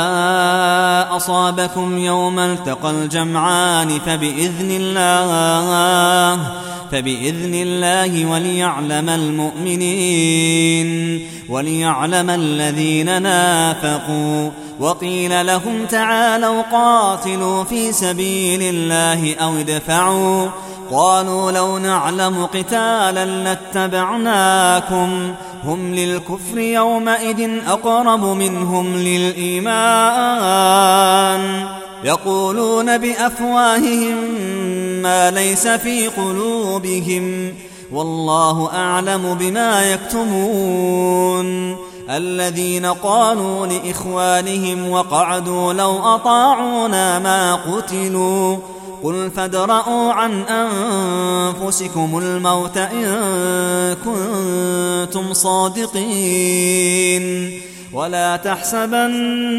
أصابكم يوم التقى الجمعان فبإذن الله فبإذن الله وليعلم المؤمنين وليعلم الذين نافقوا. وقيل لهم تعالوا قاتلوا في سبيل الله أو ادفعوا قالوا لو نعلم قتالا لاتبعناكم هم للكفر يومئذ أقرب منهم للإيمان يقولون بأفواههم ما ليس في قلوبهم والله أعلم بما يكتمون. الذين قالوا لإخوانهم وقعدوا لو أطاعونا ما قتلوا قل فادرءوا عن أنفسكم الموت إن كنتم صادقين. ولا تحسبن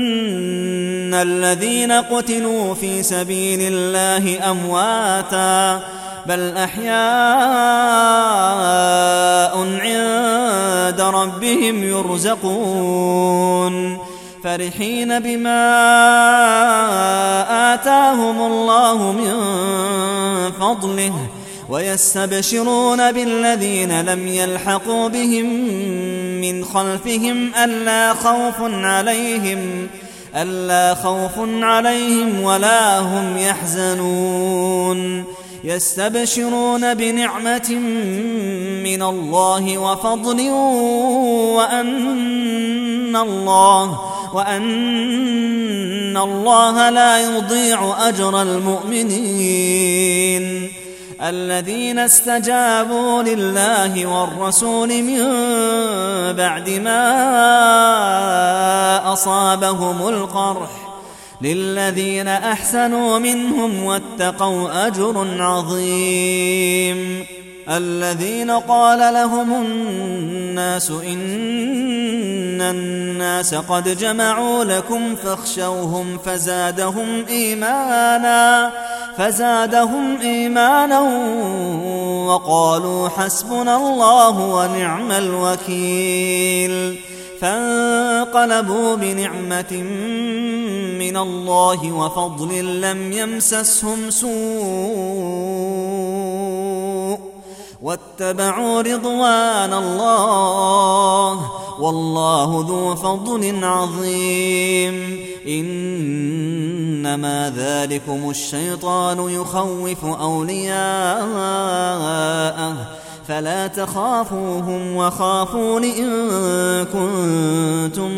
الذين قتلوا في سبيل الله أمواتا بل أحياء عند ربهم يرزقون فرحين بما آتاهم الله من فضله ويستبشرون بالذين لم يلحقوا بهم من خلفهم ألا خوف عليهم ألا خوف عليهم ولا هم يحزنون يستبشرون بنعمة من الله وفضل وأن الله وأن الله لا يضيع أجر المؤمنين. الذين استجابوا لله والرسول من بعد ما أصابهم القرح للذين أحسنوا منهم واتقوا أجر عظيم. الذين قال لهم الناس إن الناس قد جمعوا لكم فاخشوهم فزادهم إيمانا فزادهم إيمانا وقالوا حسبنا الله ونعم الوكيل. فانقلبوا بنعمة من الله وفضل لم يمسسهم سوء واتبعوا رضوان الله والله ذو فضل عظيم. إنما ذلكم الشيطان يخوف أولياءه فلا تخافوهم وخافون إن كنتم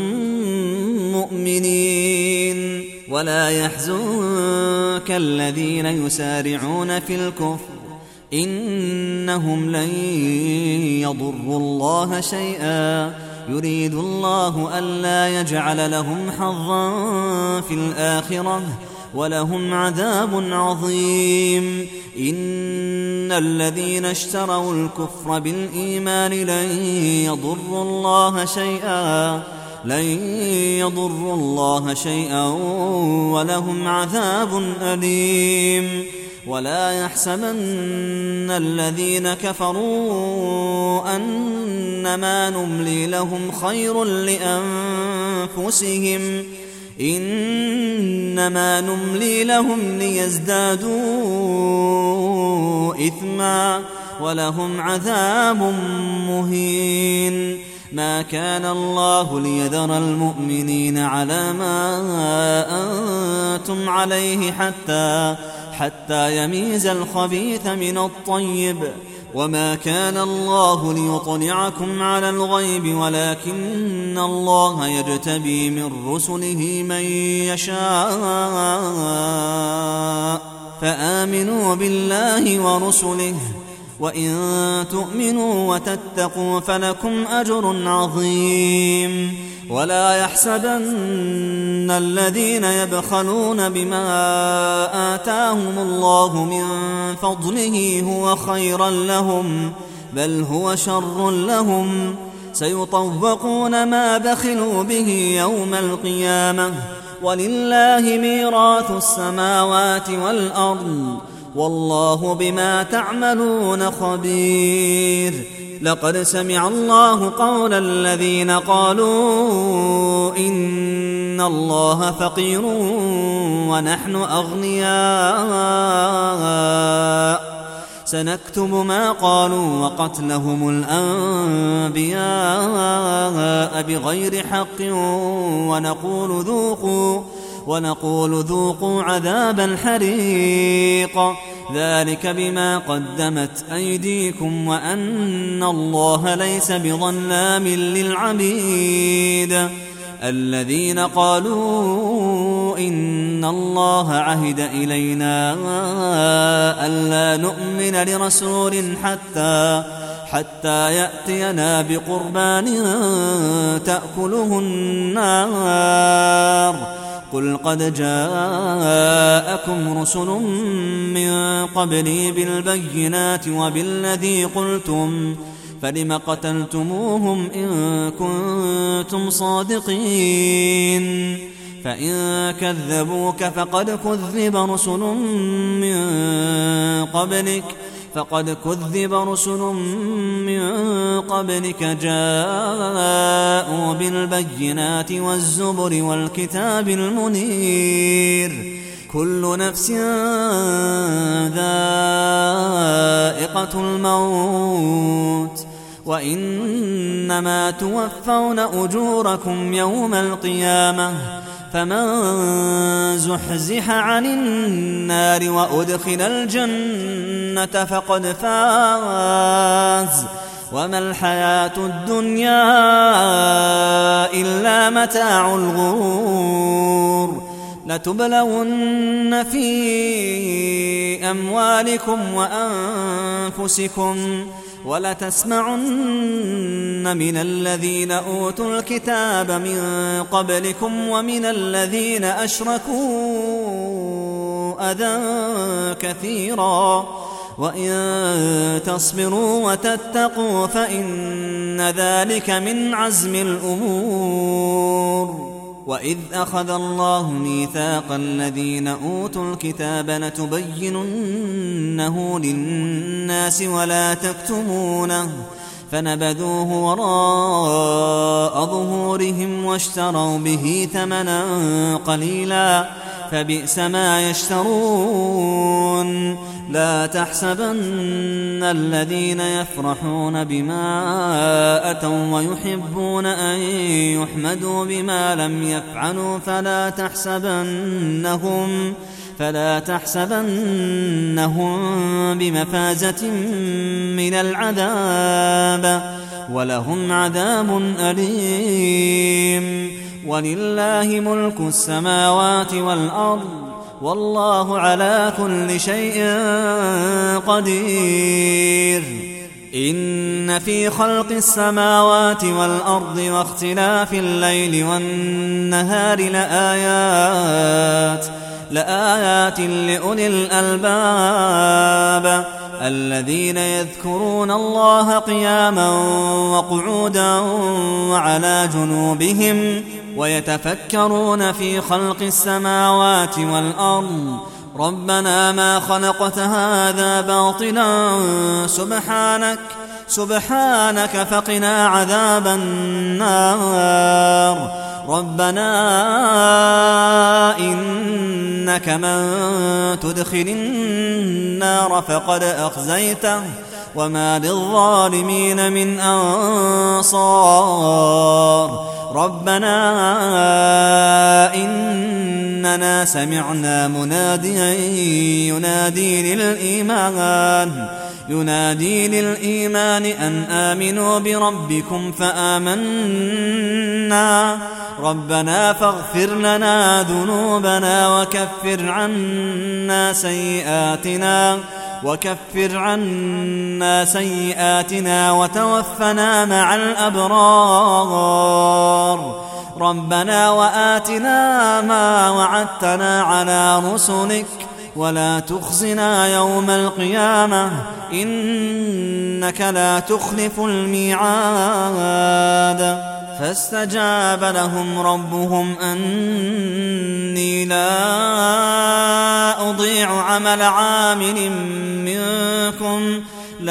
مؤمنين. ولا يحزنك الذين يسارعون في الكفر إنهم لن يضروا الله شيئا يريد الله ألا يجعل لهم حظا في الآخرة ولهم عذاب عظيم. إن الذين اشتروا الكفر بالإيمان لن يضروا الله شيئا لن يضروا الله شيئا ولهم عذاب أليم. ولا يحسبن الذين كفروا أنما نملي لهم خير لأنفسهم إنما نملي لهم ليزدادوا إثما ولهم عذاب مهين. ما كان الله ليذر المؤمنين على ما أنتم عليه حتى حتى يميز الخبيث من الطيب وما كان الله ليطلعكم على الغيب ولكن الله يجتبي من رسله من يشاء فآمنوا بالله ورسله، وإن تؤمنوا وتتقوا فلكم أجر عظيم. ولا يحسبن الذين يبخلون بما آتاهم الله من فضله هو خيرا لهم، بل هو شر لهم، سيطوقون ما بخلوا به يوم القيامة، ولله ميراث السماوات والأرض، والله بما تعملون خبير. لقد سمع الله قول الذين قالوا إن الله فقير ونحن أغنياء، سنكتب ما قالوا وقتلهم الأنبياء بغير حق، ونقول ذوقوا ونقول ذوقوا عذاب الحريق، ذلك بما قدمت أيديكم وأن الله ليس بظلام للعبيد. الذين قالوا إن الله عهد إلينا ألا نؤمن لرسول حتى حتى يأتينا بقربان تأكله النار، قل قد جاءكم رسل من قبلي بالبينات وبالذي قلتم، فلم قتلتموهم إن كنتم صادقين؟ فإن كذبوك فقد كذب رسل من قبلك فقد كذب رسل من قبلك جاءوا بالبينات والزبر والكتاب المنير، كل نفس ذائقة الموت، وإنما توفون أجوركم يوم القيامة، فمن زحزح عن النار وأدخل الجنة فقد فاز، وما الحياة الدنيا إلا متاع الغرور. لتبلون في أموالكم وأنفسكم ولتسمعن من الذين أوتوا الكتاب من قبلكم ومن الذين أشركوا أذى كثيرا، وإن تصبروا وتتقوا فإن ذلك من عزم الأمور. وإذ أخذ الله ميثاق الذين أوتوا الكتاب لتبيننه للناس ولا تكتمونه، فنبذوه وراء ظهورهم واشتروا به ثمنا قليلا، فبئس ما يشترون. لا تحسبن الذين يفرحون بما أتوا ويحبون أن يحمدوا بما لم يفعلوا فلا تحسبنهم فلا تحسبنهم بمفازة من العذاب، ولهم عذاب أليم. ولله ملك السماوات والأرض، والله على كل شيء قدير. إن في خلق السماوات والأرض واختلاف الليل والنهار لآيات لآيات لأولي الألباب، الذين يذكرون الله قياما وقعودا وعلى جنوبهم ويتفكرون في خلق السماوات والأرض، ربنا ما خلقت هذا باطلا سبحانك سبحانك فقنا عذاب النار. ربنا إنك من تدخل النار فقد أخزيته وما للظالمين من أنصار. ربنا إننا سمعنا مناديا ينادي للإيمان ينادي للإيمان أن آمنوا بربكم فآمنا ربنا فاغفر لنا ذنوبنا وكفر عنا سيئاتنا وكفر عنا سيئاتنا وتوفنا مع الأبرار ربنا وآتنا ما وعدتنا على رسلك ولا تخزنا يوم القيامة إنك لا تخلف الميعاد فاستجاب لهم ربهم أني لا أضيع عمل عامل منكم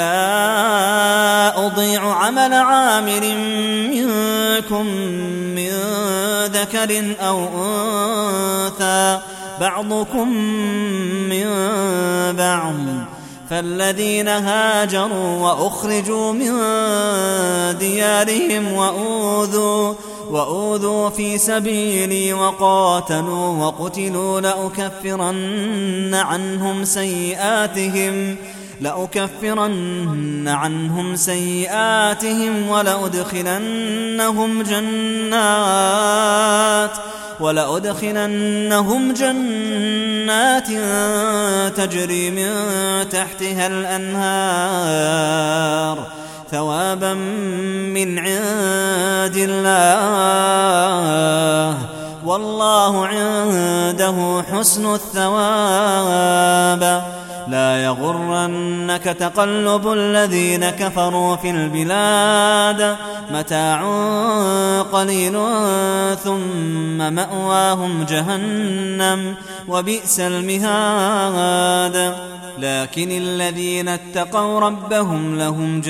لا أضيع عمل عامل منكم من ذكر أو أنثى بعضكم من بعض فالذين هاجروا وأخرجوا من ديارهم وأوذوا, وأوذوا في سبيلي وقاتلوا وقتلوا لأكفرن عنهم سيئاتهم لأكفرن عنهم سيئاتهم ولأدخلنهم جنات ولأدخلنهم جنات تجري من تحتها الأنهار ثوابا من عند الله والله عنده حسن الثواب لا يغرنك تقلب الذين كفروا في البلاد متاع قليل ثم مأواهم جهنم وبئس المهاد لكن الذين اتقوا ربهم لهم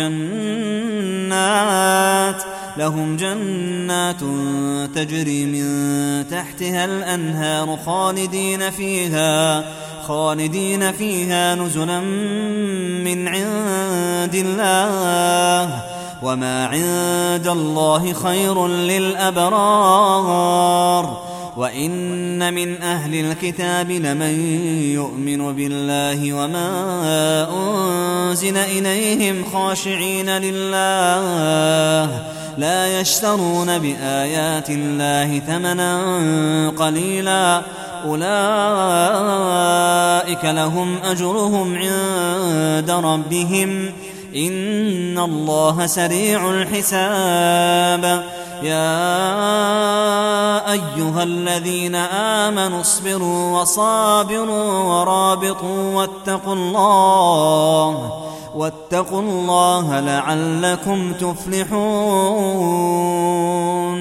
جنات لهم جنات تجري من تحتها الأنهار خالدين فيها خالدين فيها نزلا من عند الله وما عند الله خير للأبرار وإن من أهل الكتاب لمن يؤمن بالله وما أنزل إليهم خاشعين لله لا يشترون بآيات الله ثمنا قليلا أولئك لهم أجرهم عند ربهم إن الله سريع الحساب يا أيها الذين آمنوا اصبروا وصابروا ورابطوا واتقوا الله واتقوا الله لعلكم تفلحون